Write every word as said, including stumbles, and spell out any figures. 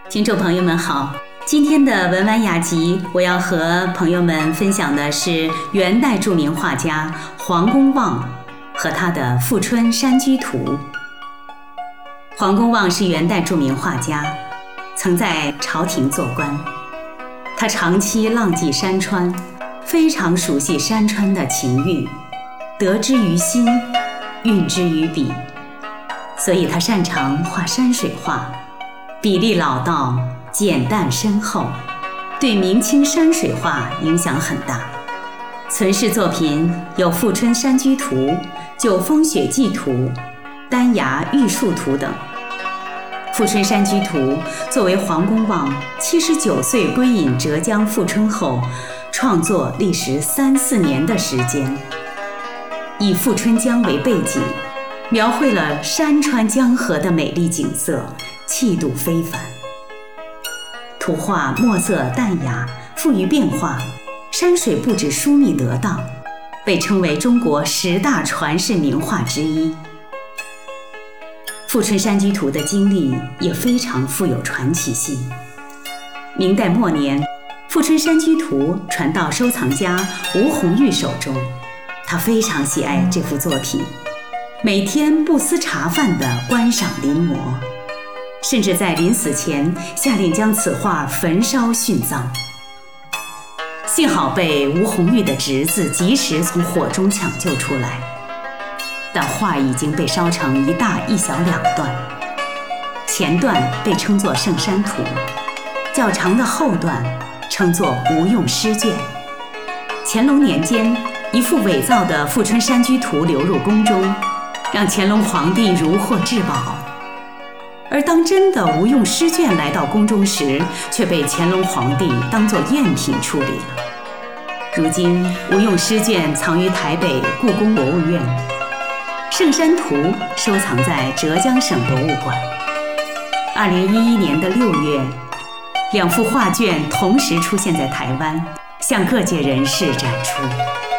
听众朋友们好，今天的文玩雅集，我要和朋友们分享的是元代著名画家黄公望和他的《富春山居图》。黄公望是元代著名画家，曾在朝廷做官。他长期浪迹山川，非常熟悉山川的情韵，得之于心，运之于笔，所以他擅长画山水画，笔力老道，简淡深厚，对明清山水画影响很大。存世作品有《富春山居图》《九峰雪霁图》《丹崖玉树图》等。《富春山居图》作为黄公望七十九岁归隐浙江富春后，创作历时三四年的时间，以富春江为背景，描绘了山川江河的美丽景色，气度非凡。图画墨色淡雅，富于变化，山水布置疏密得当，被称为中国十大传世名画之一。《富春山居图》的经历也非常富有传奇性。明代末年，《富春山居图》传到收藏家吴红玉手中，他非常喜爱这幅作品，每天不思茶饭地观赏临摹，甚至在临死前下令将此画焚烧殉葬。幸好被吴红玉的侄子及时从火中抢救出来，但画已经被烧成一大一小两段，前段被称作圣山图，较长的后段称作无用诗卷。乾隆年间，一幅伪造的《富春山居图》流入宫中，让乾隆皇帝如获至宝。而当真的无用诗卷来到宫中时，却被乾隆皇帝当作赝品处理了。如今无用诗卷藏于台北故宫博物院，圣山图收藏在浙江省博物馆。二零一一年的六月，两幅画卷同时出现在台湾，向各界人士展出。